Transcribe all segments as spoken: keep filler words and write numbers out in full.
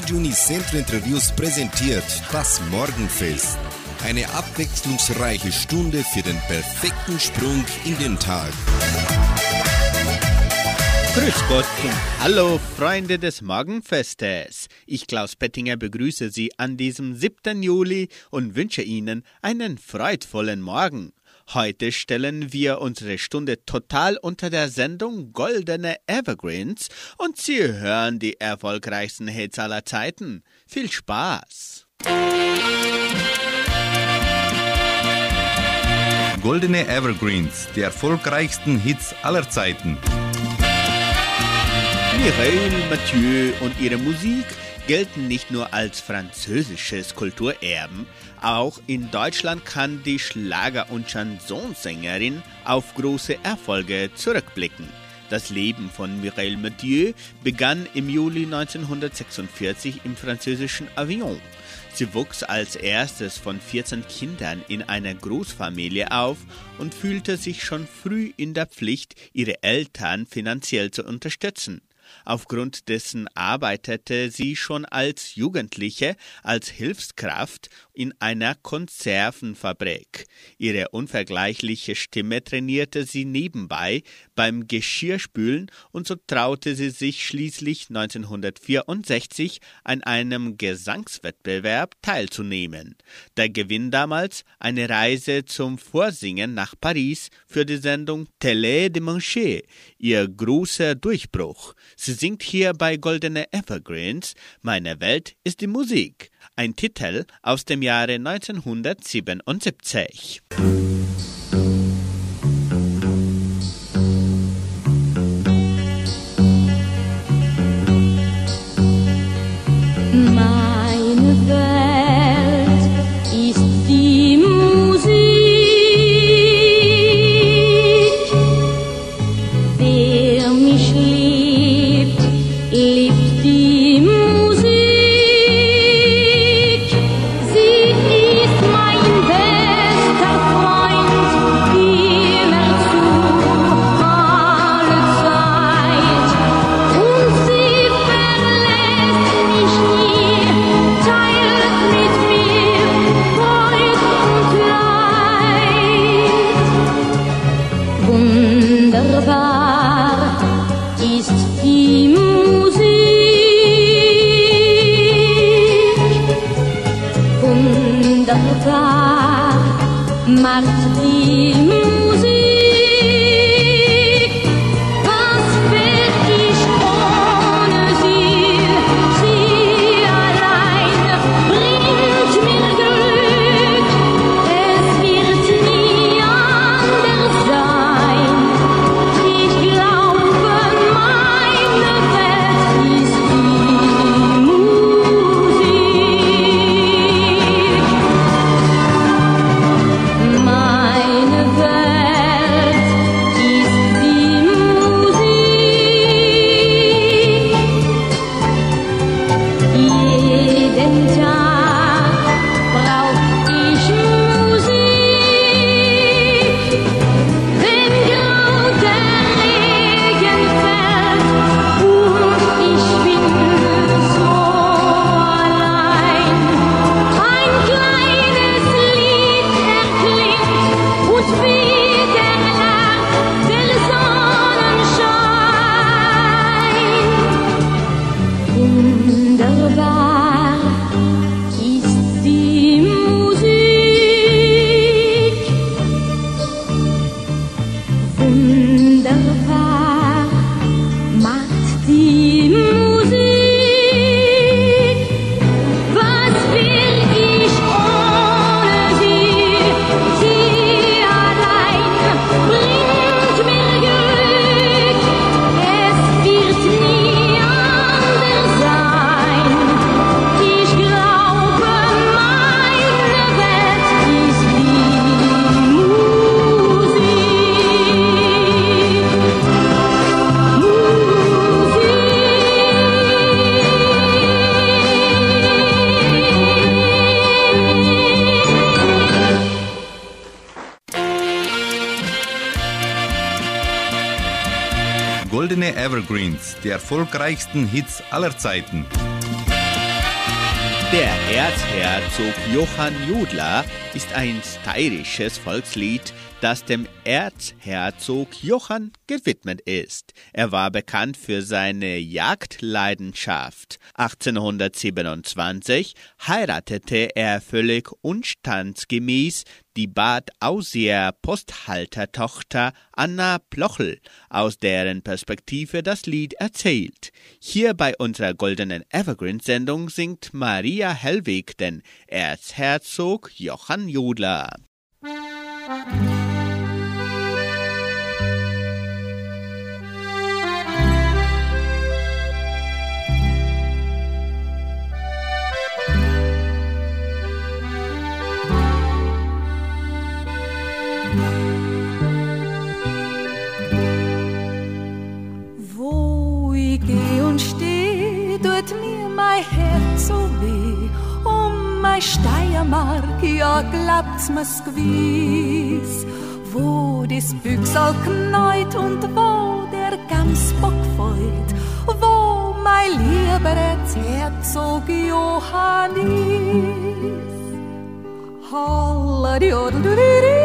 Radio Unicentro Interviews präsentiert das Morgenfest. Eine abwechslungsreiche Stunde für den perfekten Sprung in den Tag. Grüß Gott und hallo Freunde des Morgenfestes. Ich, Klaus Pettinger, begrüße Sie an diesem siebten Juli und wünsche Ihnen einen freudvollen Morgen. Heute stellen wir unsere Stunde total unter der Sendung Goldene Evergreens und Sie hören die erfolgreichsten Hits aller Zeiten. Viel Spaß! Goldene Evergreens, die erfolgreichsten Hits aller Zeiten. Mireille Mathieu und ihre Musik gelten nicht nur als französisches Kulturerben, auch in Deutschland kann die Schlager- und Chansonsängerin auf große Erfolge zurückblicken. Das Leben von Mireille Mathieu begann im Juli neunzehnhundertsechsundvierzig im französischen Avignon. Sie wuchs als erstes von vierzehn Kindern in einer Großfamilie auf und fühlte sich schon früh in der Pflicht, ihre Eltern finanziell zu unterstützen. Aufgrund dessen arbeitete sie schon als Jugendliche als Hilfskraft in einer Konservenfabrik. Ihre unvergleichliche Stimme trainierte sie nebenbei beim Geschirrspülen und so traute sie sich schließlich neunzehnhundertvierundsechzig an einem Gesangswettbewerb teilzunehmen. Der Gewinn damals eine Reise zum Vorsingen nach Paris für die Sendung Télé Dimanche, ihr großer Durchbruch. Sie singt hier bei Goldene Evergreens, Meine Welt ist die Musik, ein Titel aus dem Jahre neunzehnhundertsiebenundsiebzig. Meine Welt ist die Musik, wer mich liebt, liebt die Musik. Sie ist mein bester Freund, immerzu, alle Zeit. Und sie verlässt mich nie, teilt mit mir Freud und Leid. Wunderbar ist die Musik, wunderbar macht die Musik. Was wär ich ohne sie? Sie allein bringt mir Glück. Es wird nie anders sein. Ich glaube, meine Welt ist die Musik. Meine Welt ist die Musik. Jeden Tag brauch ich Musik. Wenn grau der Regen fällt und ich bin so allein, ein kleines Lied erklingt und wieder lacht der Sonnenschein. Wunderbar ist die Musik, wunderbar macht die Musik. Was will ich ohne sie? Sie allein bringt mir Glück. Es wird nie anders sein. Ich glaube, meine Welt ist die Musik. Goldene Evergreens, die erfolgreichsten Hits aller Zeiten. Der Erzherzog Johann Jodler ist ein steirisches Volkslied, das dem Erzherzog Johann gewidmet ist. Er war bekannt für seine Jagdleidenschaft. achtzehnhundertsiebenundzwanzig heiratete er völlig unstandsgemäß die Bad Auseer Posthaltertochter Anna Plochel, aus deren Perspektive das Lied erzählt. Hier bei unserer goldenen Evergreen-Sendung singt Maria Hellwig den Erzherzog Johann Jodler. Wo ich geh und steh, tut mir mein Herz so weh. Um mein Steiermark, ja glaubt's mir's gewiss. Wo das Büchsal knallt und wo der Gamsbock fällt. Wo mein lieber Erzherzog Johann ist. Halladiodel-dudidi.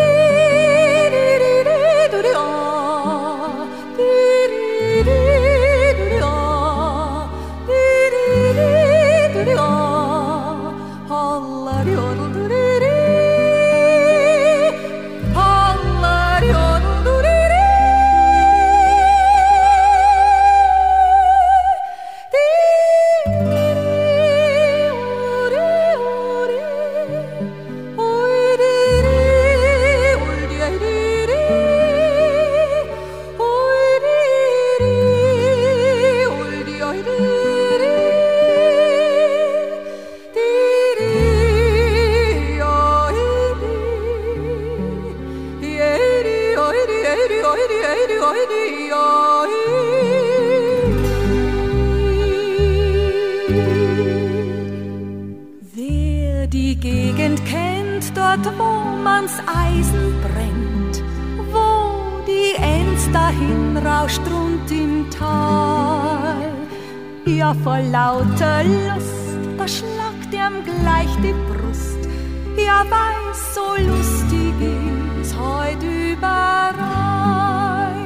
Wer die Gegend kennt, dort wo man's Eisen brennt, wo die Enz dahin rauscht rund im Tal, ja vor lauter Lust, da schlagt ihm gleich die Brust, ja weiß, so lustig ist heut überall.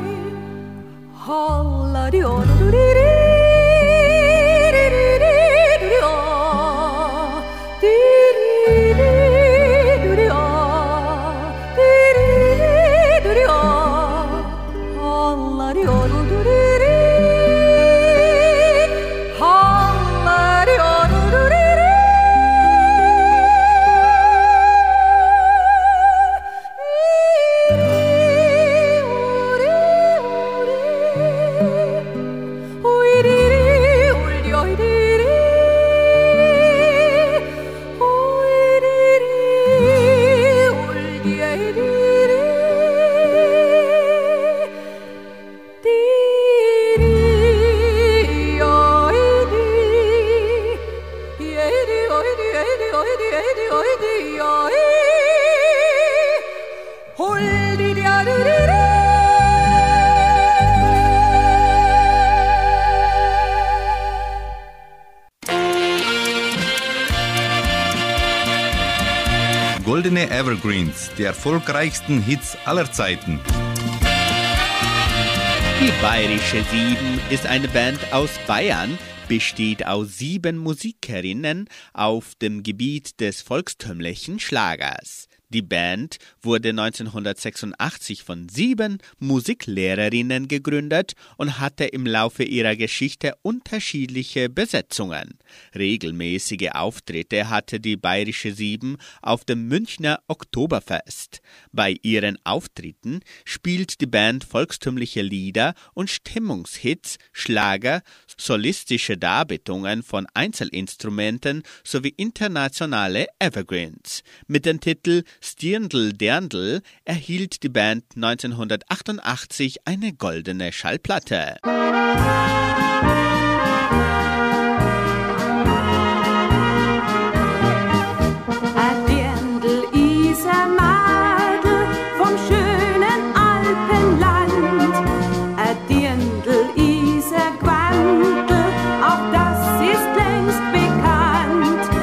Holla di odo du di di. Goldene Evergreens, die erfolgreichsten Hits aller Zeiten. Die Bayerische Sieben ist eine Band aus Bayern, besteht aus sieben Musikerinnen auf dem Gebiet des volkstümlichen Schlagers. Die Band wurde neunzehnhundertsechsundachtzig von sieben Musiklehrerinnen gegründet und hatte im Laufe ihrer Geschichte unterschiedliche Besetzungen. Regelmäßige Auftritte hatte die Bayerische Sieben auf dem Münchner Oktoberfest. Bei ihren Auftritten spielt die Band volkstümliche Lieder und Stimmungshits, Schlager, solistische Darbietungen von Einzelinstrumenten sowie internationale Evergreens. Mit dem Titel Stirndl Derndl erhielt die Band neunzehnhundertachtundachtzig eine goldene Schallplatte. Auch das ist längst bekannt.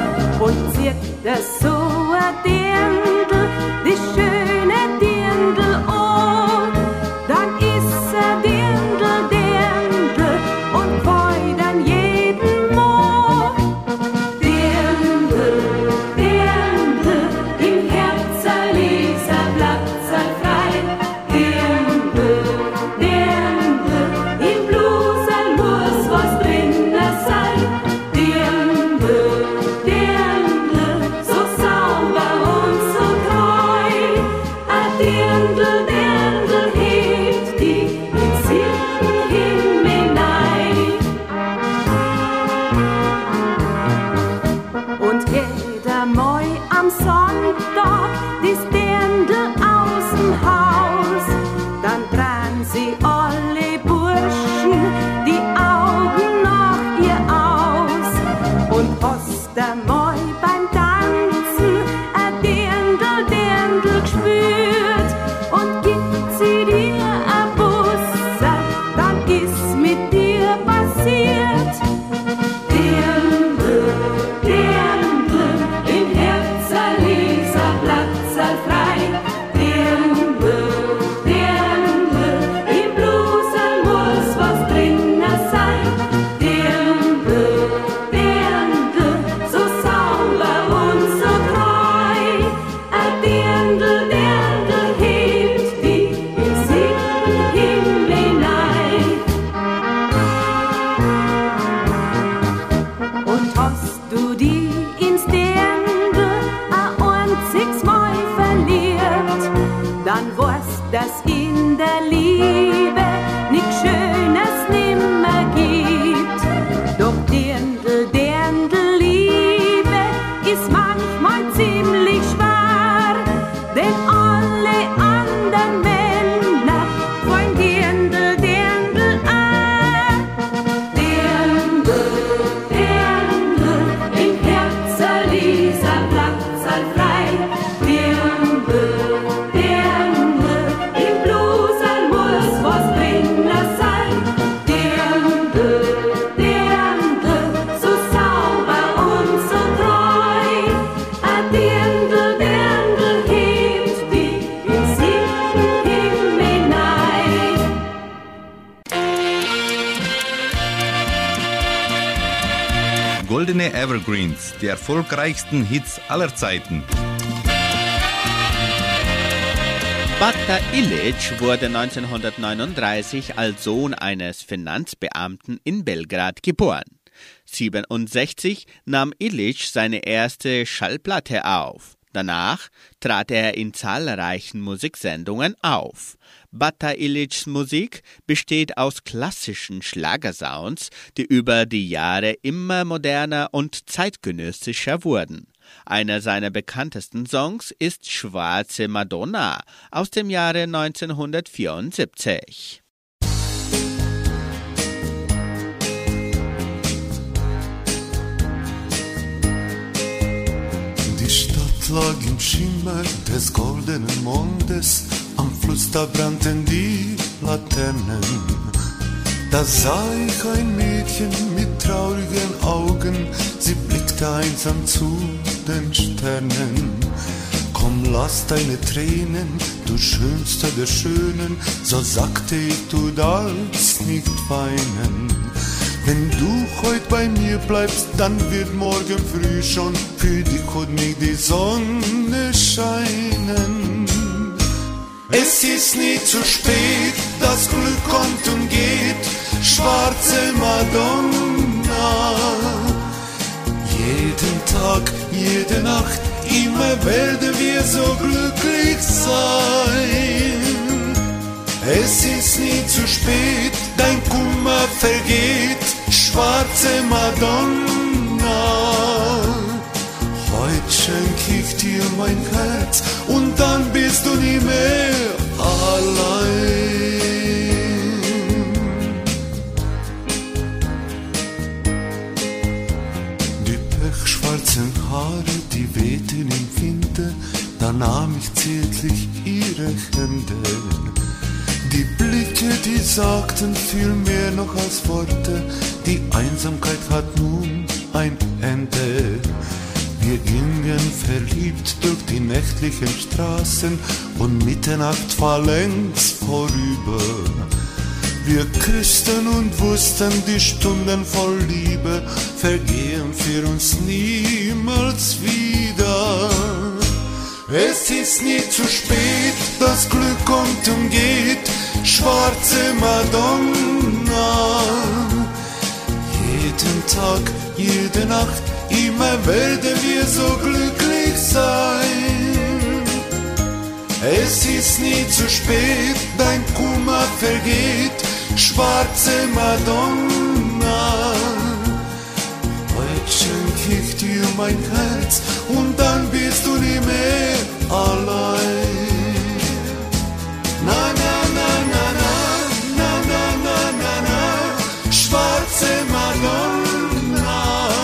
Goldene Evergreens, die erfolgreichsten Hits aller Zeiten. Bata Ilić wurde neunzehnhundertneununddreißig als Sohn eines Finanzbeamten in Belgrad geboren. siebenundsechzig nahm Ilić seine erste Schallplatte auf. Danach trat er in zahlreichen Musiksendungen auf. Bata Ilićs Musik besteht aus klassischen Schlagersounds, die über die Jahre immer moderner und zeitgenössischer wurden. Einer seiner bekanntesten Songs ist Schwarze Madonna aus dem Jahre neunzehnhundertvierundsiebzig. Die Stadt lag im Schimmer des goldenen Mondes, am Fluss da brannten die Laternen. Da sah ich ein Mädchen mit traurigen Augen, sie blickte einsam zu den Sternen. Komm, lass deine Tränen, du Schönste der Schönen, so sagte ich, du darfst nicht weinen. Wenn du heut bei mir bleibst, dann wird morgen früh schon für dich und mich die Sonne scheinen. Es ist nie zu spät, das Glück kommt und geht, schwarze Madonna. Jeden Tag, jede Nacht, immer werden wir so glücklich sein. Es ist nie zu spät, dein Kummer vergeht, schwarze Madonna. Heute schenk ich dir mein Herz und dann bist du nie mehr allein. Die pechschwarzen Haare, die wehten im Winde, da nahm ich zärtlich ihre Hände. Die Blicke, die sagten viel mehr noch als Worte, die Einsamkeit hat nun ein Ende. Wir gingen verliebt durch die nächtlichen Straßen und Mitternacht war längst vorüber. Wir küssten und wussten, die Stunden voll Liebe vergehen für uns niemals wieder. Es ist nie zu spät, das Glück kommt und geht, schwarze Madonna. Jeden Tag, jede Nacht, immer werden wir so glücklich sein. Es ist nie zu spät, dein Kummer vergeht, schwarze Madonna. Heute schenk ich dir mein Herz und dann bist du nie mehr allein. Na na na na na, na na na na na, schwarze Madonna.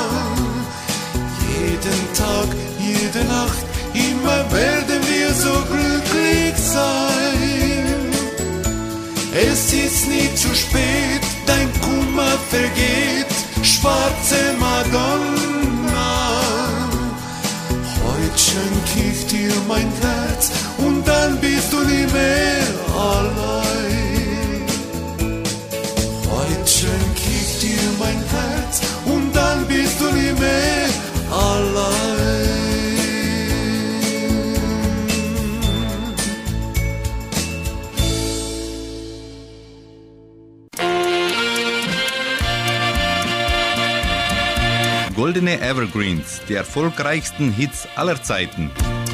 Jeden Tag, jede Nacht, immer werden wir so glücklich sein. Es ist nie zu spät, dein Kummer vergeht, schwarze Madonna. Heute schenk ich dir mein Herz und dann bist du nie mehr allein. Heute schenk ich dir mein Herz und dann bist du nie mehr allein. Goldene Evergreens, die erfolgreichsten Hits aller Zeiten.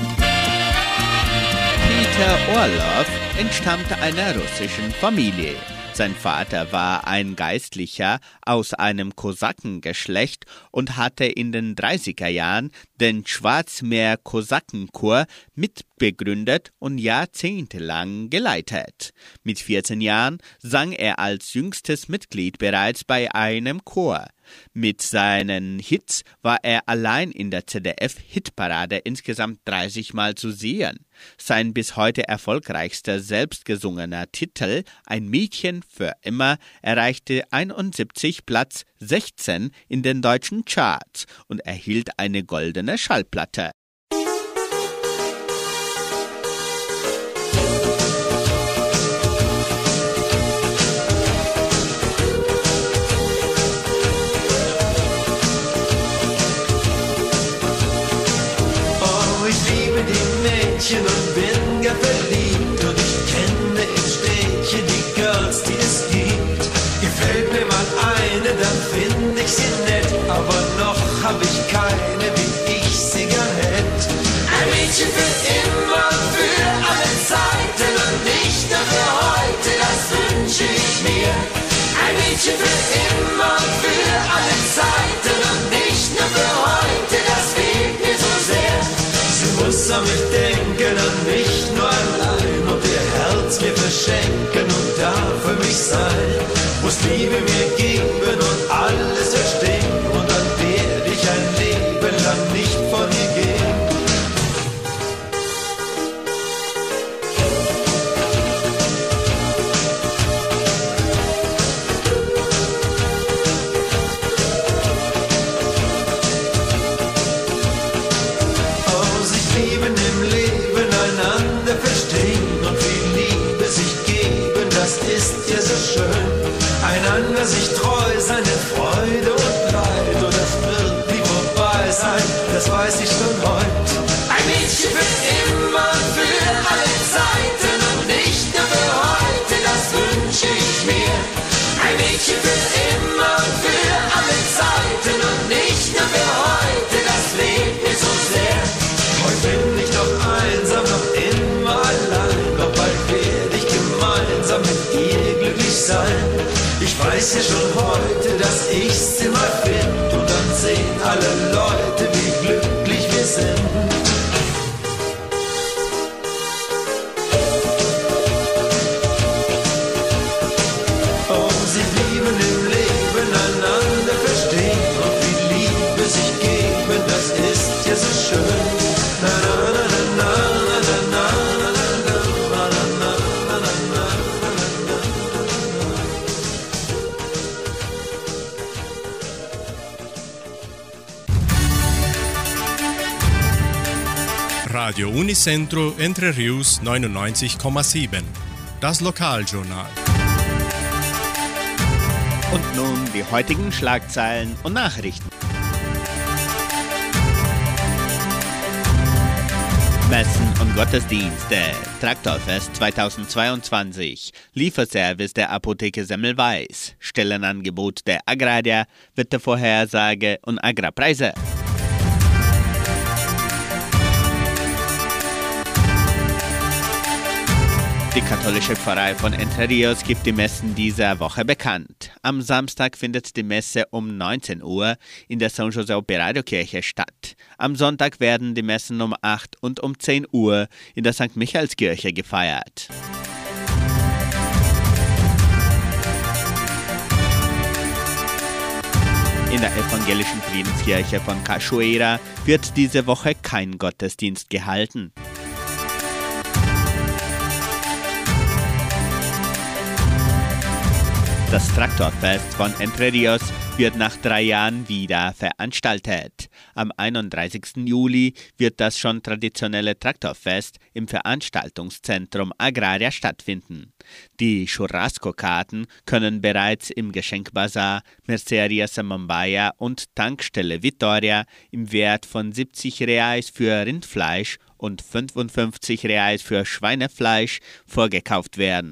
Peter Orloff entstammte einer russischen Familie. Sein Vater war ein Geistlicher aus einem Kosakengeschlecht und hatte in den dreißiger Jahren den Schwarzmeer-Kosakenchor mitbegründet und jahrzehntelang geleitet. Mit vierzehn Jahren sang er als jüngstes Mitglied bereits bei einem Chor. Mit seinen Hits war er allein in der Z D F-Hitparade insgesamt dreißig Mal zu sehen. Sein bis heute erfolgreichster selbstgesungener Titel, Ein Mädchen für immer, erreichte einundsiebzig Platz sechzehn in den deutschen Charts und erhielt eine goldene Schallplatte. Mädchen für immer und für alle Zeiten und nicht nur für heute, das fehlt mir so sehr. Sie muss an mich denken, an mich nur allein und ihr Herz mir verschenken und da für mich sein. Muss Liebe mir geben und alles verstehen und dann werde ich ein Leben lang nicht von ihr gehen. Oh, sich lieben im Leben, einander verstehen und viel Liebe sich geben, das ist ja so schön. Einander sich treu, seine Freude und Leid, und das wird nie vorbei sein, das weiß ich schon heute. Ein Mädchen für immer und für alle Zeiten und nicht nur für heute, das wünsche ich mir. Ein Mädchen für immer und für alle Zeiten und nicht nur für heute, das fehlt mir so sehr. Heute bin ich noch einsam, noch immer allein, doch bald werde ich gemeinsam mit ihr glücklich sein. Ich weiß ja schon heute, dass ich sie mal find und dann sehen alle Leute, wie glücklich wir sind. Oh, sie lieben im Leben, einander verstehen und wie Liebe sich geben, das ist ja so schön. Na, na, na, na, na, na, na, na, na, na, na, na, na, na, na. Radio Unicentro Entre Rius neunundneunzig Komma sieben. Das Lokaljournal. Und nun die heutigen Schlagzeilen und Nachrichten. Messen und Gottesdienste. Traktorfest zweitausendzweiundzwanzig. Lieferservice der Apotheke Semmelweis. Stellenangebot der Agraria. Wettervorhersage und Agrarpreise. Die katholische Pfarrei von Entre Rios gibt die Messen dieser Woche bekannt. Am Samstag findet die Messe um neunzehn Uhr in der San José Operario Kirche statt. Am Sonntag werden die Messen um acht und um zehn Uhr in der Sankt Michaelskirche gefeiert. In der evangelischen Friedenskirche von Cachoeira wird diese Woche kein Gottesdienst gehalten. Das Traktorfest von Entre Rios wird nach drei Jahren wieder veranstaltet. Am einunddreißigsten Juli wird das schon traditionelle Traktorfest im Veranstaltungszentrum Agraria stattfinden. Die Churrasco-Karten können bereits im Geschenkbazar, Merceria Samambaia und Tankstelle Vitoria im Wert von siebzig Reais für Rindfleisch und fünfundfünfzig Reais für Schweinefleisch vorgekauft werden.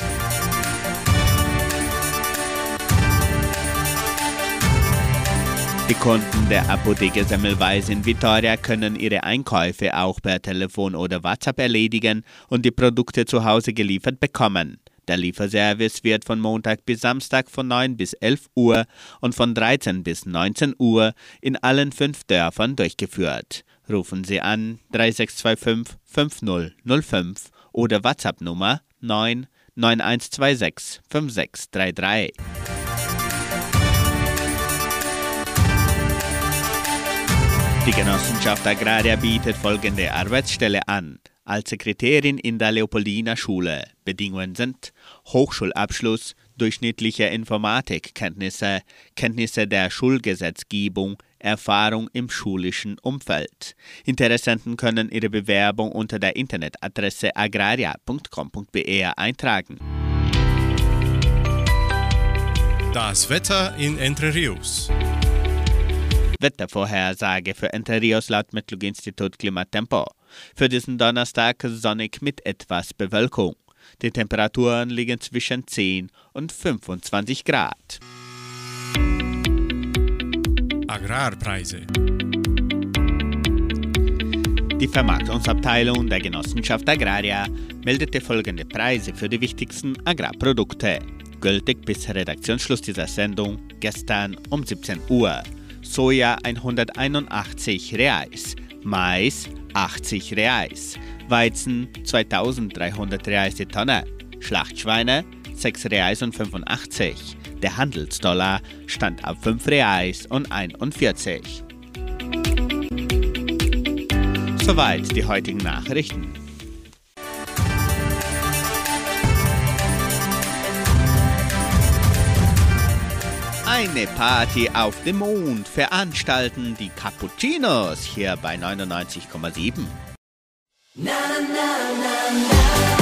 Die Kunden der Apotheke Semmelweis in Vitoria können ihre Einkäufe auch per Telefon oder WhatsApp erledigen und die Produkte zu Hause geliefert bekommen. Der Lieferservice wird von Montag bis Samstag von neun bis elf Uhr und von dreizehn bis neunzehn Uhr in allen fünf Dörfern durchgeführt. Rufen Sie an drei sechs zwei fünf fünf null null fünf oder WhatsApp-Nummer neun neun eins zwei sechs fünf sechs drei drei. Die Genossenschaft Agraria bietet folgende Arbeitsstelle an. Als Sekretärin in der Leopoldina-Schule. Bedingungen sind Hochschulabschluss, durchschnittliche Informatikkenntnisse, Kenntnisse der Schulgesetzgebung, Erfahrung im schulischen Umfeld. Interessenten können ihre Bewerbung unter der Internetadresse agraria punkt com punkt b r eintragen. Das Wetter in Entre Rios. Wettervorhersage für Entre Rios laut Metlog-Institut Klimatempo. Für diesen Donnerstag sonnig mit etwas Bewölkung. Die Temperaturen liegen zwischen zehn und fünfundzwanzig Grad. Agrarpreise. Die Vermarktungsabteilung der Genossenschaft Agraria meldete folgende Preise für die wichtigsten Agrarprodukte. gültig bis Redaktionsschluss dieser Sendung gestern um siebzehn Uhr. Soja hunderteinundachtzig Reais, Mais achtzig Reais, Weizen zweitausenddreihundert Reais die Tonne, Schlachtschweine sechs Reais und fünfundachtzig. Der Handelsdollar stand auf fünf Reais und einundvierzig. Soweit die heutigen Nachrichten. Eine Party auf dem Mond veranstalten die Cappuccinos hier bei neunundneunzig Komma sieben. Na, na, na, na, na.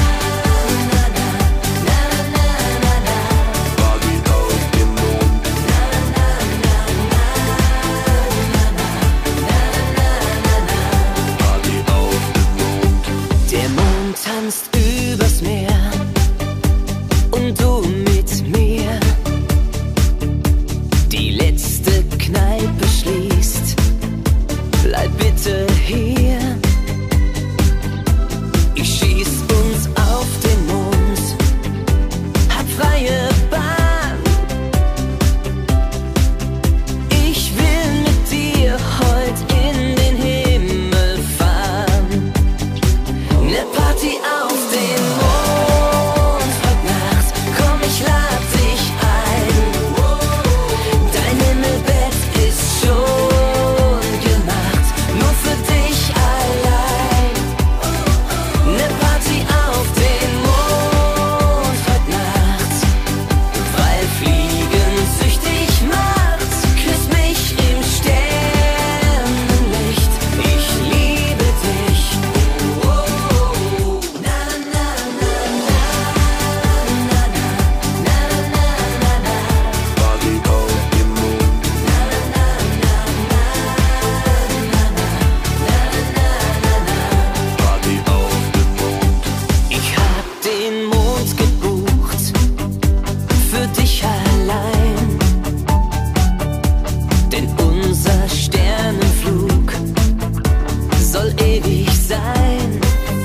Tanzt übers Meer und du mit mir. Die letzte Kneipe schließt, bleib bitte hier. Ich schieß uns auf den Mond, hab freie Bahn. Ich will mit dir heut in den Himmel fahren. Ne Party auf den Mond, heute Nacht, komm, ich lad dich ein. Dein Himmelbett ist schon gemacht, nur für dich allein. Ne Party auf den Mond, heute Nacht, weil Fliegen süchtig macht. Küss mich im Sternenlicht, ich liebe dich. Ich hab den Mond gebucht, für dich allein. Denn unser Sternenflug soll ewig sein.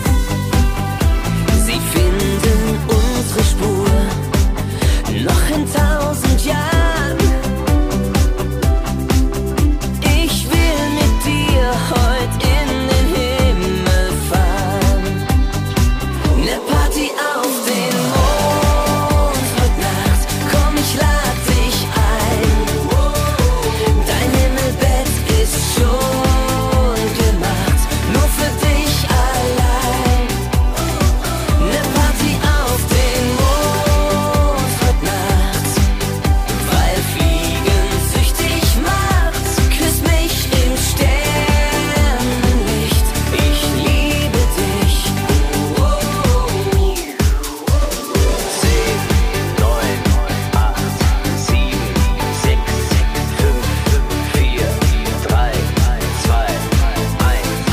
Sie finden unsere Spur noch in tausend Jahren. Ich will mit dir heut in den Himmel fahren. Ne Party auf den Mond, heut Nacht, komm, ich lad dich ein. Dein Himmelbett ist schon gemacht, nur für dich allein. Ne Party auf den Mond, heut Nacht, weil Fliegen süchtig macht. Küss mich im Sternenlicht, ich liebe dich. Zehn, neun, acht, sieben, sechs, fünf, vier, drei, zwei, eins.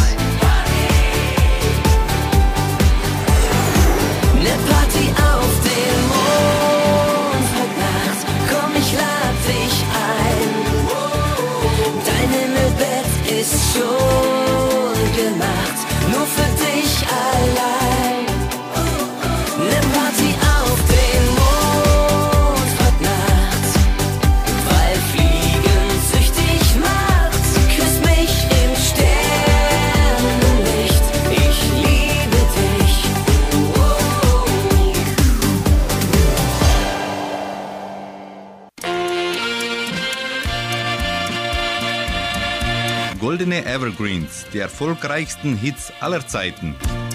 Ne Party auf dem Mond, heut Nacht, komm, ich lad dich ein. Dein Himmelbett ist schon gemacht, nur für dich allein. Ne Party auf dem Mond, heut Nacht, weil Fliegen süchtig macht. Küss mich im Sternenlicht, ich liebe dich. Goldene Evergreens, die erfolgreichsten Hits aller Zeiten.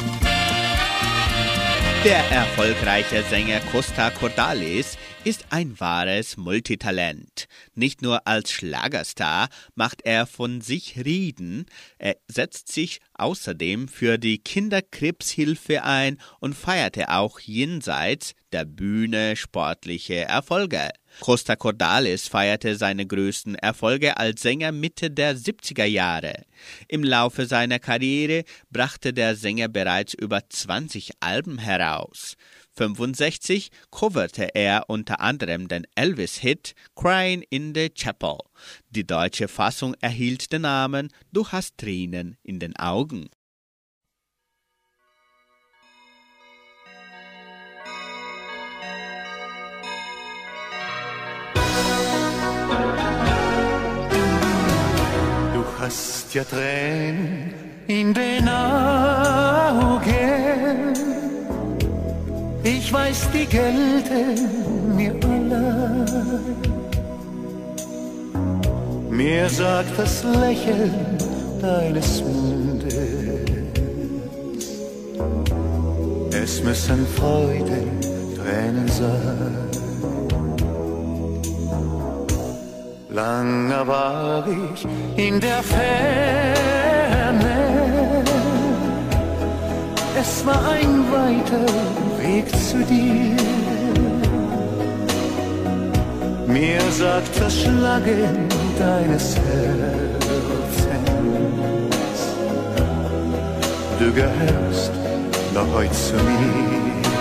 Der erfolgreiche Sänger Costa Cordalis ist ein wahres Multitalent. Nicht nur als Schlagerstar macht er von sich reden, er setzt sich außerdem für die Kinderkrebshilfe ein und feierte auch jenseits der Bühne sportliche Erfolge. Costa Cordalis feierte seine größten Erfolge als Sänger Mitte der siebziger Jahre. Im Laufe seiner Karriere brachte der Sänger bereits über zwanzig Alben heraus. fünfundsechzig coverte er unter anderem den Elvis-Hit Crying in the Chapel. Die deutsche Fassung erhielt den Namen Du hast Tränen in den Augen. hast ja Tränen in den Augen. Ich weiß, die gelten mir allein. Mir sagt das Lächeln deines Mundes, es müssen Freudentränen sein. Lange war ich in der Ferne, es war ein weiter Weg zu dir. Mir sagt das Schlagen deines Herzens, du gehörst noch heute zu mir.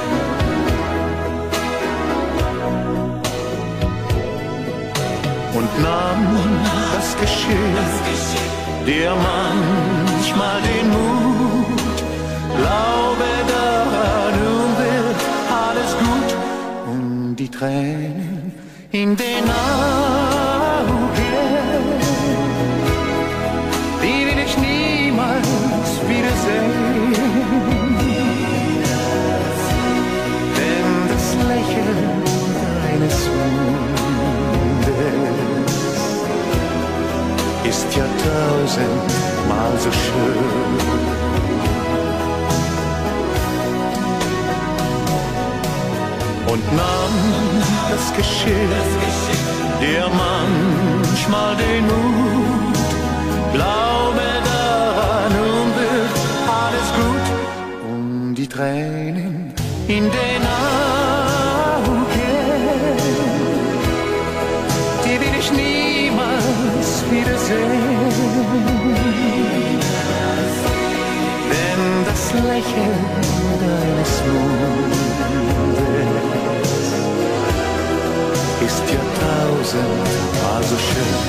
Und nahm das Geschick, dir manchmal den Mut, glaube daran, nun wird alles gut. Und die Tränen in den Augen, die will ich niemals wiedersehen. Denn das Lächeln deines Mundes ist ja tausendmal so schön. Und nahm das Geschick, dir manchmal den Mut, glaube daran, nun wird alles gut. Und die Tränen in den Augen, die will ich niemals wiedersehen. Denn das Lächeln deines Mundes ist ja tausendmal so schön.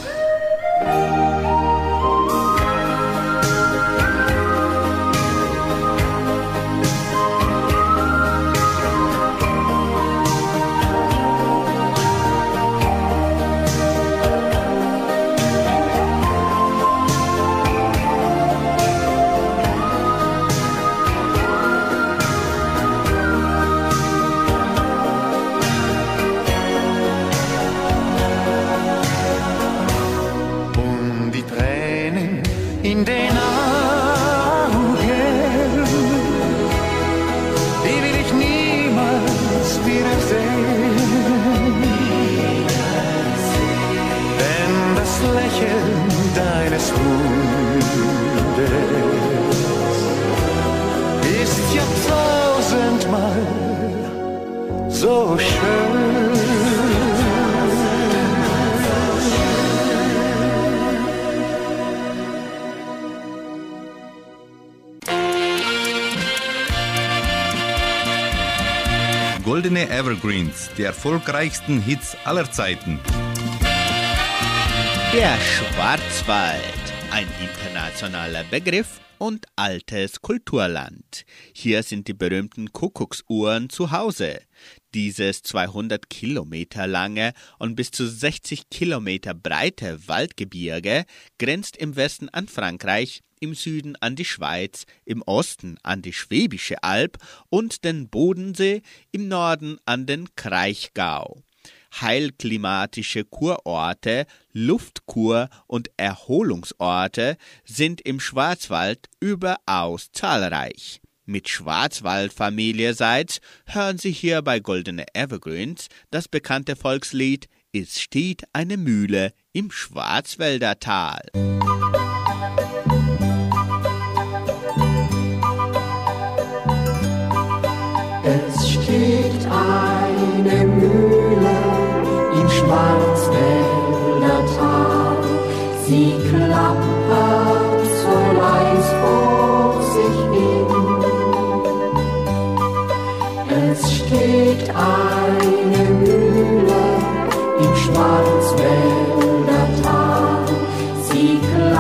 In den Augen, die will ich niemals wiedersehen. Denn das Lächeln deines Mundes ist ja tausendmal so schön. Goldene Evergreens, die erfolgreichsten Hits aller Zeiten. Der Schwarzwald, ein internationaler Begriff und altes Kulturland. Hier sind die berühmten Kuckucksuhren zu Hause. Dieses zweihundert Kilometer lange und bis zu sechzig Kilometer breite Waldgebirge grenzt im Westen an Frankreich, im Süden an die Schweiz, im Osten an die Schwäbische Alb und den Bodensee, im Norden an den Kraichgau. Heilklimatische Kurorte, Luftkur- und Erholungsorte sind im Schwarzwald überaus zahlreich. Mit Schwarzwaldfamilierseits hören Sie hier bei Goldene Evergreens das bekannte Volkslied »Es steht eine Mühle im Schwarzwälder Tal«. Es steht eine Mühle im Schwarzwälder Tal, sie klappert so leis vor sich hin. Es steht eine Mühle im Schwarzwälder Tal, sie klappert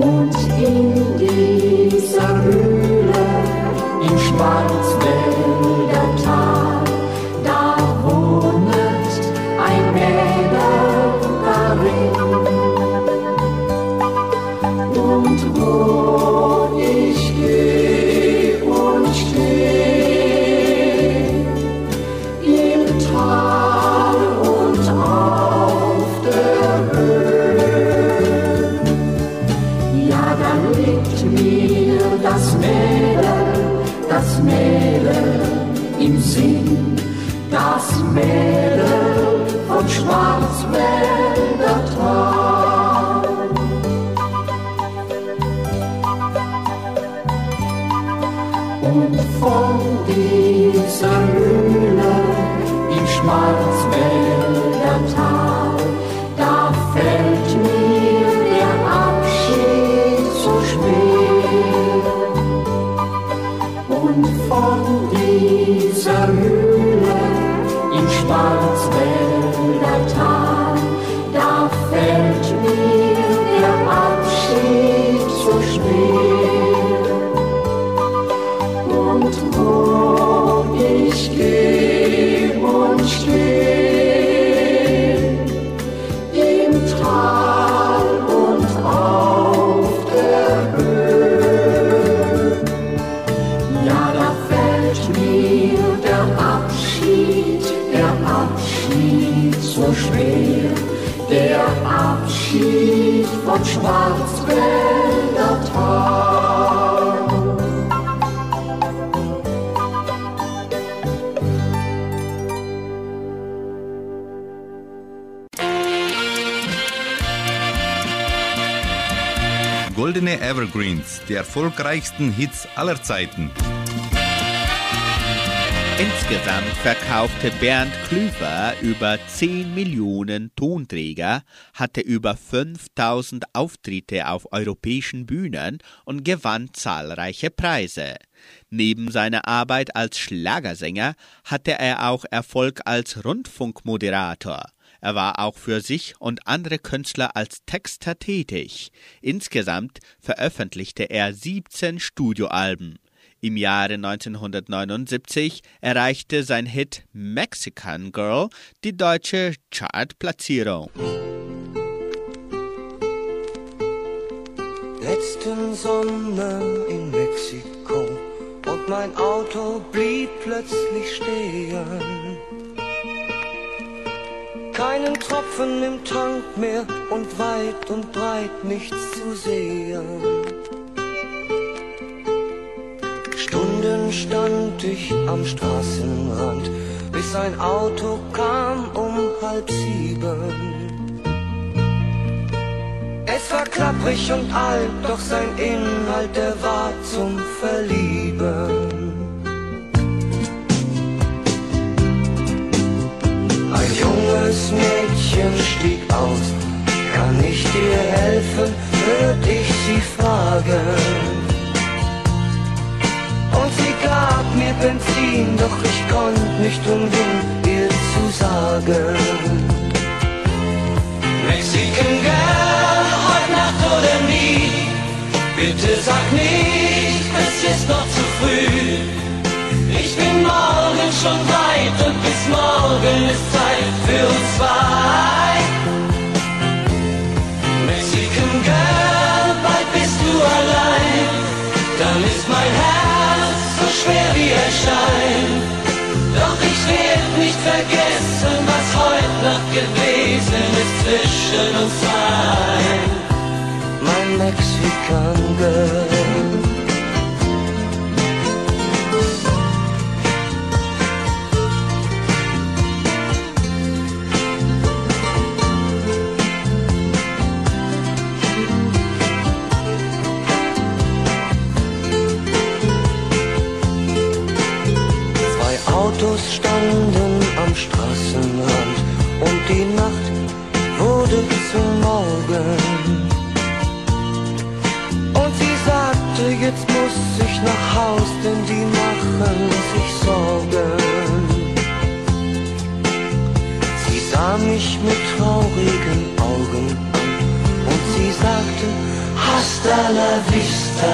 Und in dieser Mühle im Schwarzwälder Tal, da wohnet ein Mädel darin. Und wo ich geh und steh, im Tal und auf der Höhe, ja, dann liegt mir das Mädel, das Mädel im Sinn, das Mädel von Schwarzwälder Tal. Und von dieser Mühle im Schwarzwälder Tal, da fällt mir der Abschied so schwer. Und von dieser Mühle im Schwarzwälder Tal, da fällt mir der Abschied so schwer. Und wo ich geh und steh, im Tal und auf der Höhe, ja, da fällt mir der Abschied, der Abschied so schwer, der Abschied von Schwarzwälder Tal. Goldene Evergreens, die erfolgreichsten Hits aller Zeiten. Insgesamt verkaufte Bernd Klüver über zehn Millionen Tonträger, hatte über fünftausend Auftritte auf europäischen Bühnen und gewann zahlreiche Preise. Neben seiner Arbeit als Schlagersänger hatte er auch Erfolg als Rundfunkmoderator. Er war auch für sich und andere Künstler als Texter tätig. Insgesamt veröffentlichte er siebzehn Studioalben. Im Jahre neunzehnhundertneunundsiebzig erreichte sein Hit Mexican Girl die deutsche Chartplatzierung. Letzten Sommer in Mexiko und mein Auto blieb plötzlich stehen. Keinen Tropfen im Tank mehr und weit und breit nichts zu sehen. Stunden stand ich am Straßenrand, bis ein Auto kam um halb sieben. Es war klapprig und alt, doch sein Inhalt, der war zum Verlieben. Ein junges Mädchen stieg aus, kann ich dir helfen, würd ich sie fragen. Und sie gab mir Benzin, doch ich konnt nicht umhin, ihr zu sagen: Mexican Girl, heute Nacht oder nie, bitte sag nicht, es ist noch zu früh. Ich bin morgen schon weit und bis morgen ist Zeit für uns zwei. Mexican Girl, bald bist du allein, dann ist mein Herz so schwer wie ein Stein. Doch ich werd nicht vergessen, was heute Nacht gewesen ist zwischen uns zwei. Mein Mexican Girl. Autos standen am Straßenrand und die Nacht wurde zum Morgen. Und sie sagte, jetzt muss ich nach Haus, denn die machen sich Sorgen. Sie sah mich mit traurigen Augen an und sie sagte, hast hasta la vista.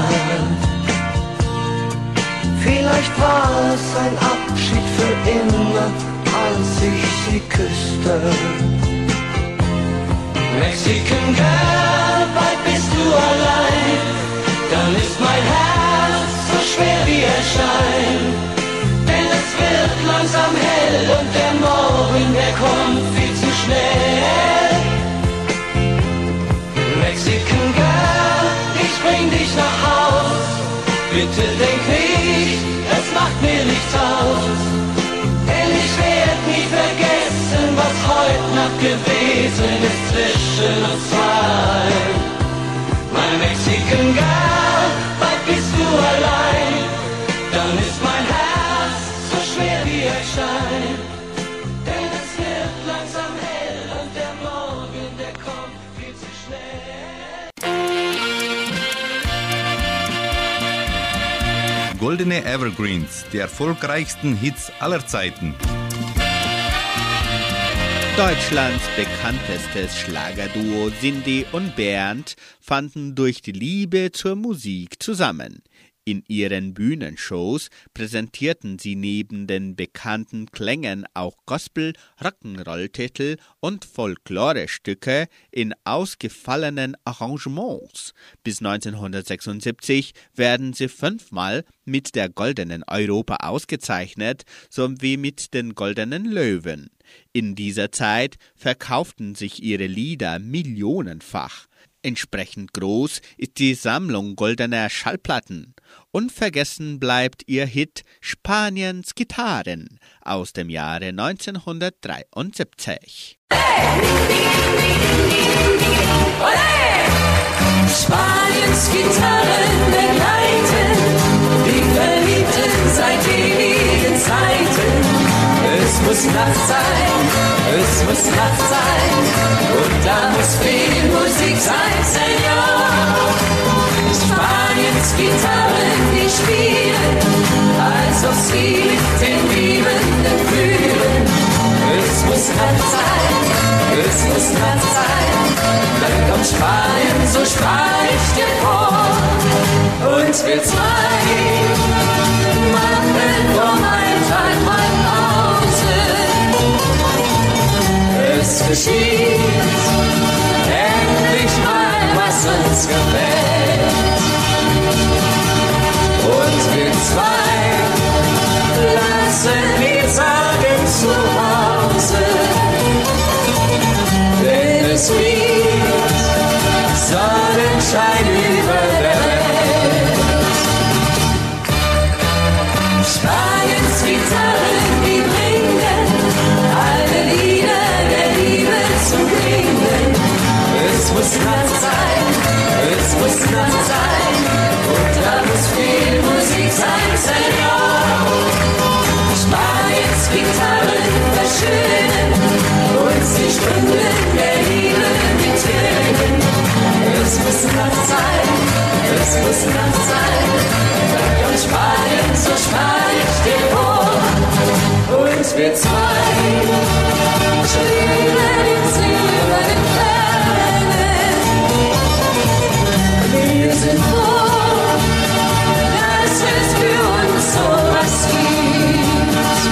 Vielleicht war es ein Abschied für immer, als ich sie küsste. Mexican Girl, bald bist du allein, dann ist mein Herz so schwer wie er scheint. Denn es wird langsam hell und der Morgen, der kommt viel zu schnell. Mexican Girl, ich bring dich nach Haus, bitte denk nicht, es macht mir nichts aus. Denn ich werd nie vergessen, was heute Nacht gewesen ist zwischen uns zwei. Mein Mexican Girl, bald bist du allein, dann ist mein Herz so schwer wie er scheint. Denn es wird langsam hell und der Morgen, der kommt viel zu schnell. Goldene Evergreens, die erfolgreichsten Hits aller Zeiten. Deutschlands bekanntestes Schlagerduo Cindy und Bernd fanden durch die Liebe zur Musik zusammen. In ihren Bühnenshows präsentierten sie neben den bekannten Klängen auch Gospel-, Rock'n'Roll-Titel und Folklore-Stücke in ausgefallenen Arrangements. Bis neunzehnhundertsechsundsiebzig werden sie fünfmal mit der Goldenen Europa ausgezeichnet, sowie mit den Goldenen Löwen. In dieser Zeit verkauften sich ihre Lieder millionenfach. Entsprechend groß ist die Sammlung goldener Schallplatten. Unvergessen bleibt ihr Hit Spaniens Gitarren aus dem Jahre neunzehnhundertdreiundsiebzig. Spaniens Gitarren begleiten die Verliebten seit ewigen Zeiten. Es muss Nacht sein, es muss Nacht sein, und da muss viel Musik sein, Senor. Spaniens Gitarren, die spielen, als ob sie mit den Liebenden fühlen. Es muss Nacht sein, es muss Nacht sein, dann kommt Spanien, so spare ich dir vor. Und wir zwei machen vom Alltag mal Pause. Es geschieht endlich mal, was uns gefällt. Und wir zwei lassen die Sorgen zu Hause. Denn es liegt Sonnenschein über der Welt. Spaniens Gitarren, die bringen alle Lieder der Liebe zum Klingen. Es muss Nacht sein, es muss Nacht sein, und da muss viel Musik sein, Senor. Spaniens Gitarren verschönen und sie springen der Liebe mit Tönen. Es muss Nacht sein, es muss Nacht sein, dann kommt Spanien, so spare ich dir vor. Und wir zwei schweben in silbernen Fernen. Wir sind froh, dass es für uns so was gibt.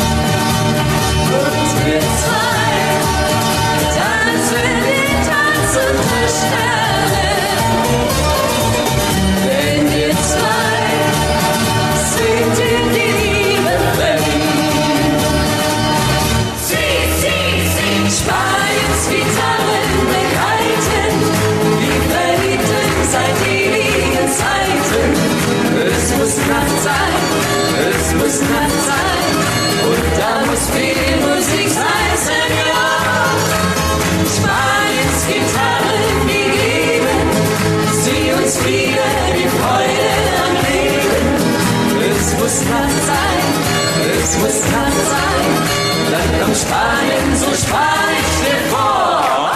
Und wir zwei tanzen den Tanz unserer Sterne. Denn wir zwei sind in die Liebe verliebt. Sie, sie, sie, Spaniens Gitarren begleiten die Verliebten seit ewigen Zeiten. Es muss Nacht sein, es muss Nacht sein, und da muss viel Musik sein, Senor. Spaniens Gitarren, die geben sie uns wieder die Freude am Leben. Es muss Nacht sein, es muss Nacht sein, dann kommt Spanien, so spare ich dir vor.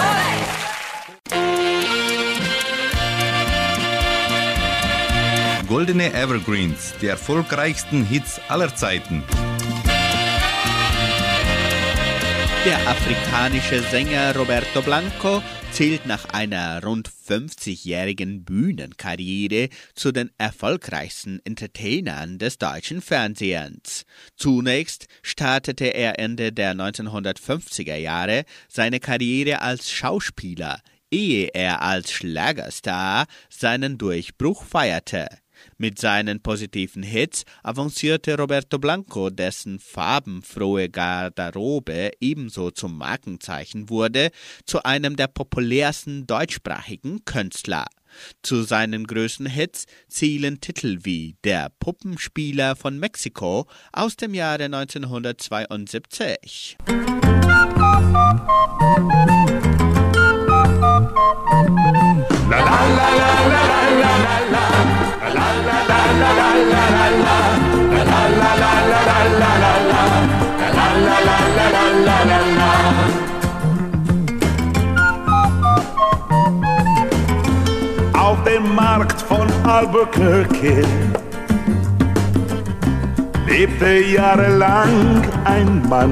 Goldene Evergreens, die erfolgreichsten Hits aller Zeiten. Der afrikanische Sänger Roberto Blanco zählt nach einer rund fünfzigjährigen Bühnenkarriere zu den erfolgreichsten Entertainern des deutschen Fernsehens. Zunächst startete er Ende der neunzehnhundertfünfziger Jahre seine Karriere als Schauspieler, ehe er als Schlagerstar seinen Durchbruch feierte. Mit seinen positiven Hits avancierte Roberto Blanco, dessen farbenfrohe Garderobe ebenso zum Markenzeichen wurde, zu einem der populärsten deutschsprachigen Künstler. Zu seinen größten Hits zählen Titel wie Der Puppenspieler von Mexiko aus dem Jahre neunzehnhundertzweiundsiebzig. La la la la la la la la. La la la la la la la la. La la la la la la la la la. La la la la la la la la. Auf dem Markt von Albuquerque lebte jahrelang ein Mann.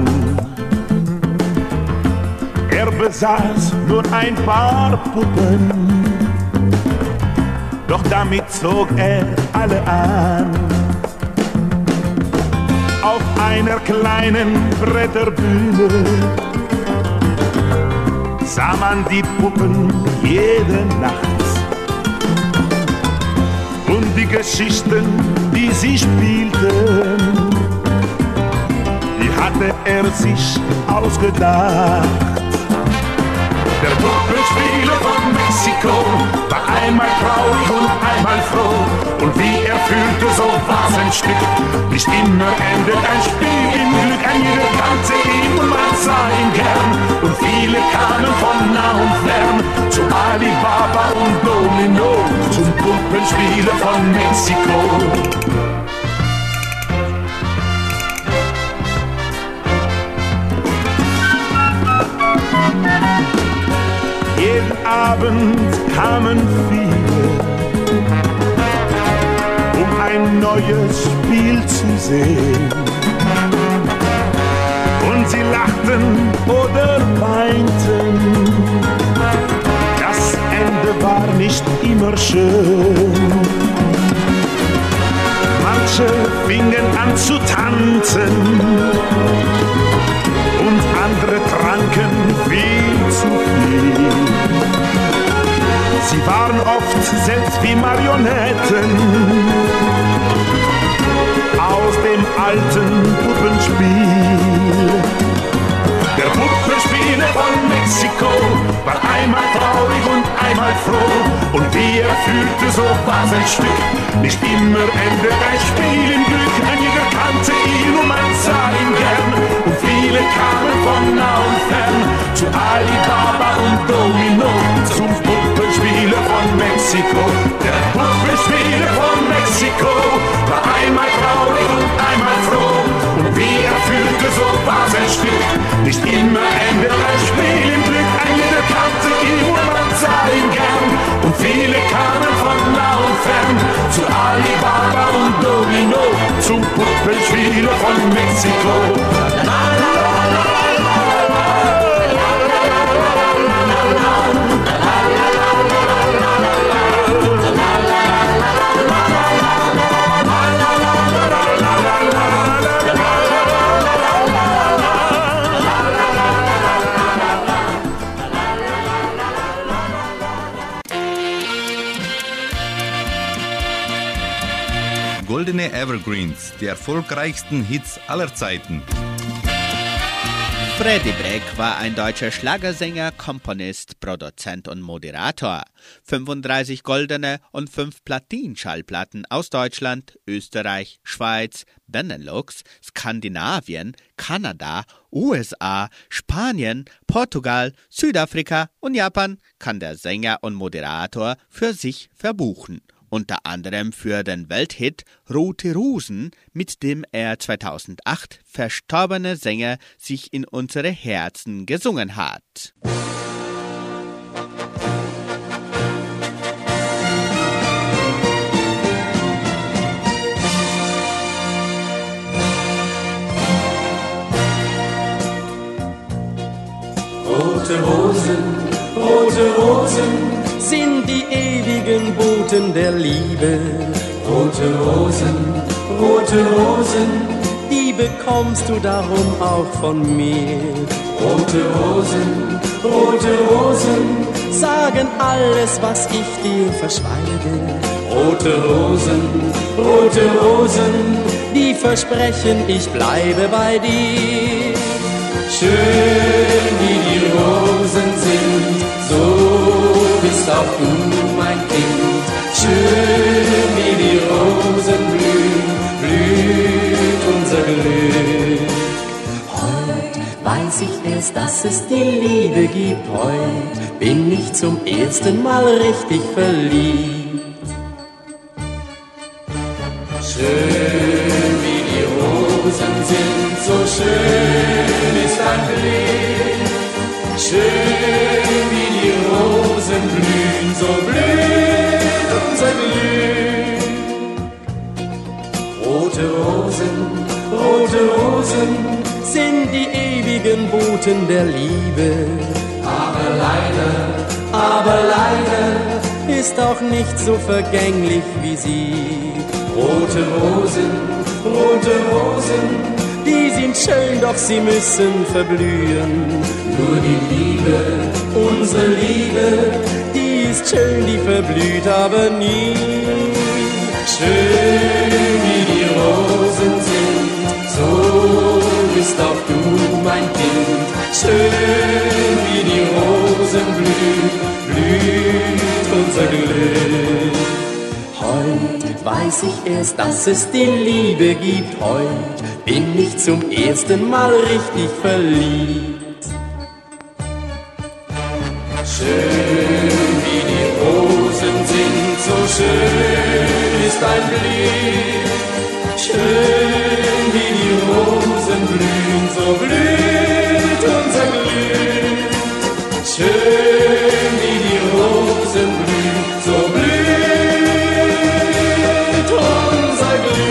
Er besaß nur ein paar Puppen, doch damit zog er alle an. Auf einer kleinen Bretterbühne sah man die Puppen jede Nacht. Und die Geschichten, die sie spielten, die hatte er sich ausgedacht. Der Puppenspieler von Mexiko war einmal traurig und einmal froh. Und wie er fühlte, so war's ein Stück. Nicht immer endet ein Spiel im Glück. Ein jeder kannte ihn und man sah ihn gern. Und viele kamen von nah und fern zu Alibaba und Domino, zum Puppenspieler von Mexiko. Jeden Abend kamen viele, um ein neues Spiel zu sehen. Und sie lachten oder weinten, das Ende war nicht immer schön. Manche fingen an zu tanzen und andere tranken viel zu viel. Sie waren oft selbst wie Marionetten aus dem alten Puppenspiel. Der Puppenspieler von Mexiko war einmal traurig und einmal froh. Und wie er fühlte, so war's ein Stück. Nicht immer endet ein Spiel im Glück. Ein jeder kannte ihn und man sah ihn gern. Und viele kamen von nah und fern zu Alibaba und Domino, zum Puppenspieler von Mexiko. Der Puppenspieler von Mexiko war einmal traurig und einmal froh. Und wie er fühlte, so war's ein Stück. Nicht immer endet ein Spiel im Glück. Ein jeder kannte ihn und man sah ihn gern. Und viele kamen von nah und fern zu Alibaba und Domino, zum Puppenspieler von Mexiko. La, la, la, la, la, la, Goldene Evergreens, die erfolgreichsten Hits aller Zeiten. Freddie Breck war ein deutscher Schlagersänger, Komponist, Produzent und Moderator. fünfunddreißig goldene und fünf Platin-Schallplatten aus Deutschland, Österreich, Schweiz, Benelux, Skandinavien, Kanada, U S A, Spanien, Portugal, Südafrika und Japan kann der Sänger und Moderator für sich verbuchen. Unter anderem für den Welthit Rote Rosen, mit dem er zweitausendacht verstorbene Sänger sich in unsere Herzen gesungen hat. Rote Rosen, rote Rosen sind die ewigen Boten der Liebe. Rote Rosen, rote Rosen, die bekommst du darum auch von mir. Rote Rosen, rote Rosen sagen alles, was ich dir verschweige. Rote Rosen, rote Rosen, die versprechen, ich bleibe bei dir. Schön wie die Rosen sind, so bist auch du mein Kind. Schön wie die Rosen blühen, blüht unser Glück. Heut weiß ich erst, dass es die Liebe gibt. Heut bin ich zum ersten Mal richtig verliebt. Schön wie die Rosen sind, so schön ist ein Blick. Schön wie die Rosen blühen, so blüht unser Glück. Rote Rosen, rote Rosen sind die ewigen Boten der Liebe. Aber leider, aber leider ist auch nicht so vergänglich wie sie. Rote Rosen, rote Rosen, die sind schön, doch sie müssen verblühen. Nur die Liebe, unsere Liebe, die ist schön, die verblüht aber nie. Schön wie die Rosen sind, so bist auch du mein Kind. Schön wie die Rosen blühen, blüht unser Glück. Heut weiß ich erst, dass es die Liebe gibt. Heut bin ich zum ersten Mal richtig verliebt. Schön wie die Rosen sind, so schön ist ein Blick. Schön wie die Rosen blühen, so blüht unser Glück. Schön wie die Rosen blühen, so blüht unser Glück.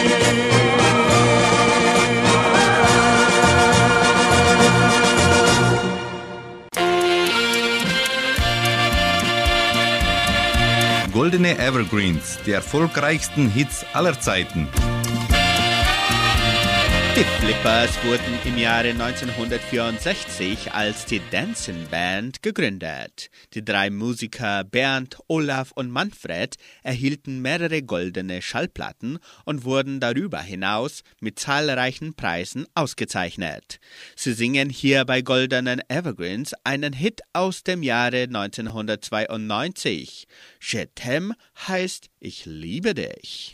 Goldene Evergreens, die erfolgreichsten Hits aller Zeiten. Die Flippers wurden im Jahre neunzehnhundertvierundsechzig als die Dancing Band gegründet. Die drei Musiker Bernd, Olaf und Manfred erhielten mehrere goldene Schallplatten und wurden darüber hinaus mit zahlreichen Preisen ausgezeichnet. Sie singen hier bei Goldenen Evergreens einen Hit aus dem Jahre neunzehnhundertzweiundneunzig. Je t'aime heißt Ich liebe dich.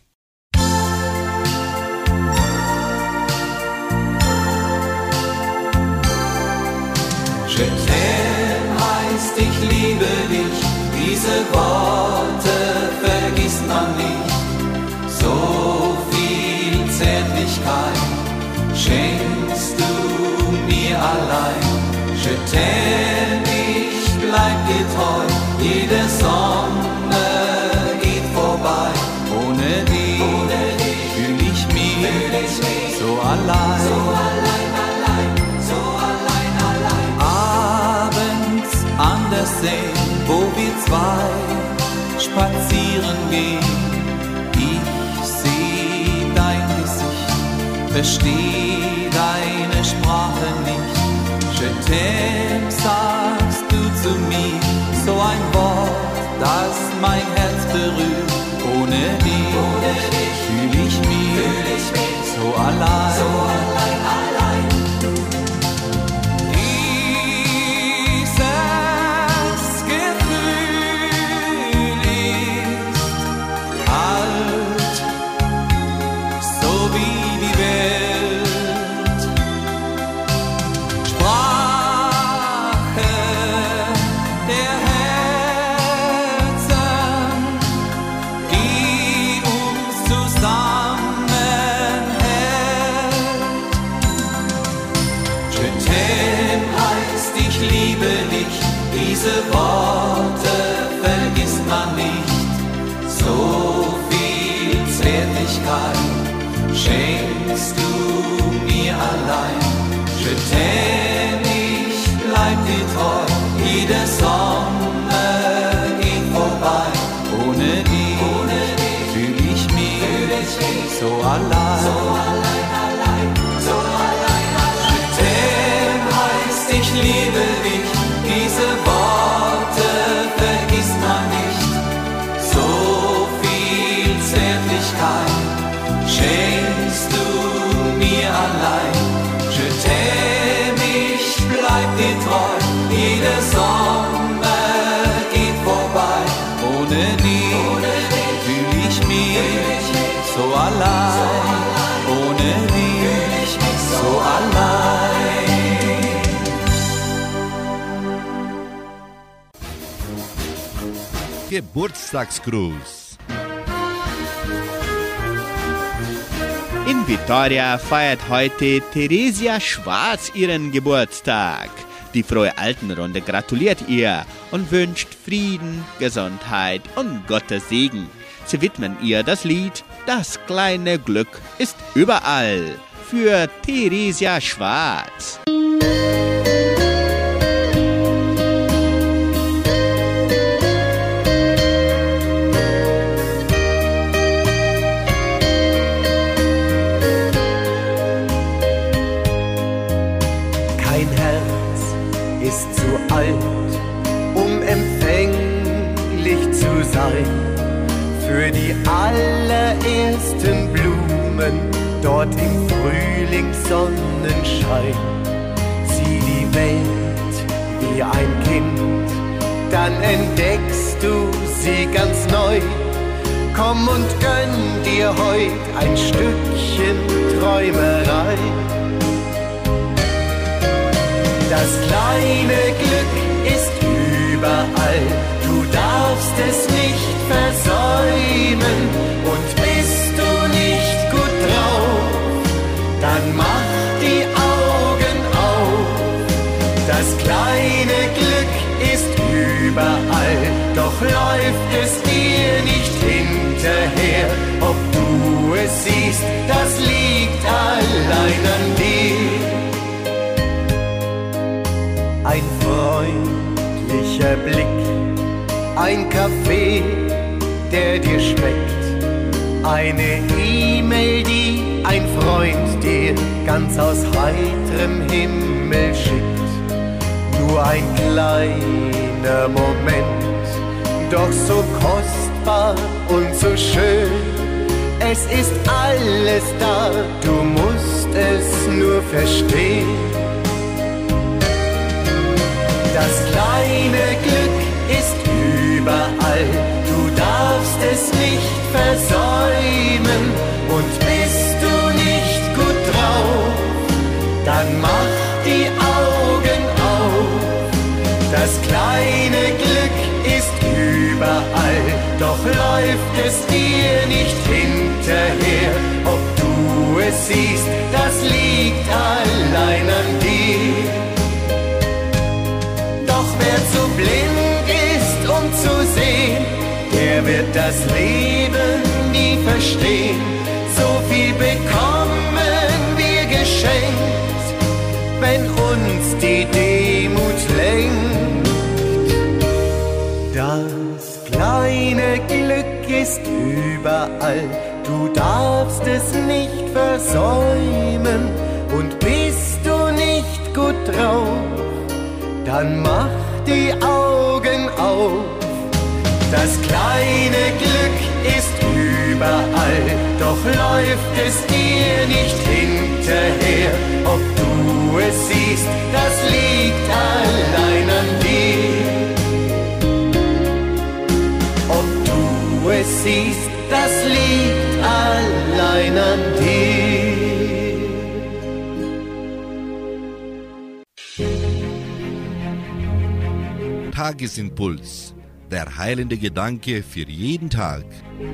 Je t'aime heißt ich liebe dich, diese Worte vergisst man nicht. So viel Zärtlichkeit schenkst du mir allein. Je t'aime, ich bleib dir treu, jede Sonne geht vorbei. Ohne dich, Ohne dich fühl ich mich, fühl ich mich so allein. So allein, allein, so allein, allein. Abends an der See, wo wir zwei spazieren gehen. Ich seh dein Gesicht, versteh deine Sprache nicht. Je t'aime, sagst du zu mir, so ein Wort, das mein Herz berührt. Ohne dich, Ohne dich fühl ich mich, fühl ich mich so allein, so allein, allein. Dieses Gefühl ist alt, so wie die Welt. Sprache der Herzen, die uns zusammenhält. Je t'aime heißt ich liebe dich, diese Worte vergisst man nicht. So viel Zärtlichkeit schenkst du mir allein. Je t'aime, ich bleib dir treu, Ohne die, fühl ich mich so allein. So allein, allein, so allein, allein. Je t'aime heißt, ich liebe dich, diese Worte vergisst man nicht. So viel Zärtlichkeit schenkst du mir allein. Je t'aime, ich bleib dir treu, jeder Sommer geht vorbei. Ohne die fühl ich mich so allein. Ohne die so allein. Geburtstagsgruß. In Vitoria feiert heute Theresia Schwarz ihren Geburtstag. Die Frohe Altenrunde gratuliert ihr und wünscht Frieden, Gesundheit und Gottes Segen. Sie widmen ihr das Lied Das kleine Glück ist überall für Theresia Schwarz. Kein Herz ist zu alt, um empfänglich zu sein für die allerersten Blumen dort im Frühlingssonnenschein. Sieh die Welt wie ein Kind, dann entdeckst du sie ganz neu. Komm und gönn dir heut ein Stückchen Träumerei. Das kleine Glück ist überall, du darfst es nicht versäumen. Und bist du nicht gut drauf, dann mach die Augen auf. Das kleine Glück ist überall, doch läuft es dir nicht hinterher. Ob du es siehst, das liegt allein an dir. Ein freundlicher Blick, ein Kaffee, der dir schmeckt, eine E-Mail, die ein Freund dir ganz aus heiterem Himmel schickt. Nur ein kleiner Moment, doch so kostbar und so schön. Es ist alles da, du musst es nur verstehen. Das kleine Glück ist überall, du darfst es nicht versäumen. Und bist du nicht gut drauf, dann mach die Augen auf. Das kleine Glück ist überall, doch läuft es dir nicht hinterher. Ob du es siehst, das liegt allein an dir. Doch wer zu blind ist, um zu sehen, der wird das Leben nie verstehen. So viel bekommen wir geschenkt, wenn uns die Demut lenkt. Das kleine Glück ist überall, du darfst es nicht versäumen. Und bist du nicht gut drauf, dann mach die Augen auf. Das kleine Glück ist überall, doch läuft es dir nicht hinterher. Ob du es siehst, das liegt allein an dir. Ob du es siehst, das liegt allein an dir. Tagesimpuls, der heilende Gedanke für jeden Tag.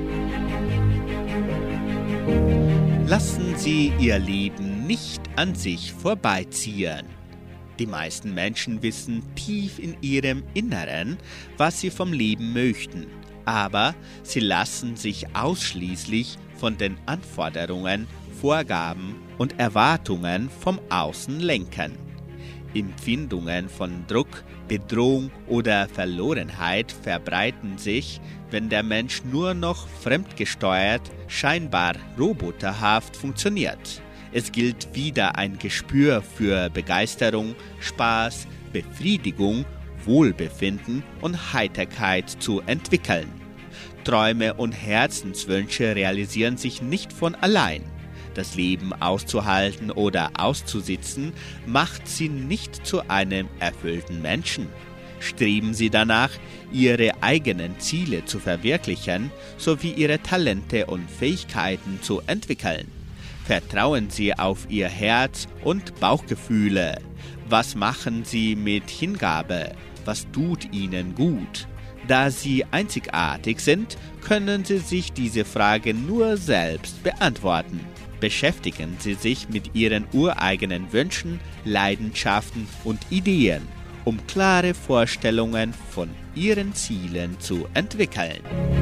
Lassen Sie Ihr Leben nicht an sich vorbeiziehen. Die meisten Menschen wissen tief in ihrem Inneren, was sie vom Leben möchten, aber sie lassen sich ausschließlich von den Anforderungen, Vorgaben und Erwartungen vom Außen lenken. Empfindungen von Druck, Bedrohung oder Verlorenheit verbreiten sich, wenn der Mensch nur noch fremdgesteuert, scheinbar roboterhaft funktioniert. Es gilt wieder ein Gespür für Begeisterung, Spaß, Befriedigung, Wohlbefinden und Heiterkeit zu entwickeln. Träume und Herzenswünsche realisieren sich nicht von allein. Das Leben auszuhalten oder auszusitzen, macht sie nicht zu einem erfüllten Menschen. Streben Sie danach, Ihre eigenen Ziele zu verwirklichen, sowie Ihre Talente und Fähigkeiten zu entwickeln. Vertrauen Sie auf Ihr Herz und Bauchgefühle. Was machen Sie mit Hingabe? Was tut Ihnen gut? Da Sie einzigartig sind, können Sie sich diese Frage nur selbst beantworten. Beschäftigen Sie sich mit Ihren ureigenen Wünschen, Leidenschaften und Ideen, um klare Vorstellungen von Ihren Zielen zu entwickeln.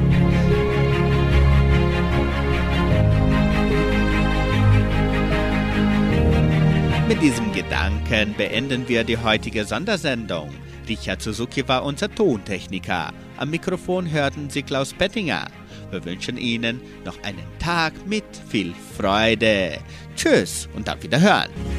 Mit diesem Gedanken beenden wir die heutige Sondersendung. Richard Suzuki war unser Tontechniker. Am Mikrofon hörten Sie Klaus Bettinger. Wir wünschen Ihnen noch einen Tag mit viel Freude. Tschüss und auf Wiederhören.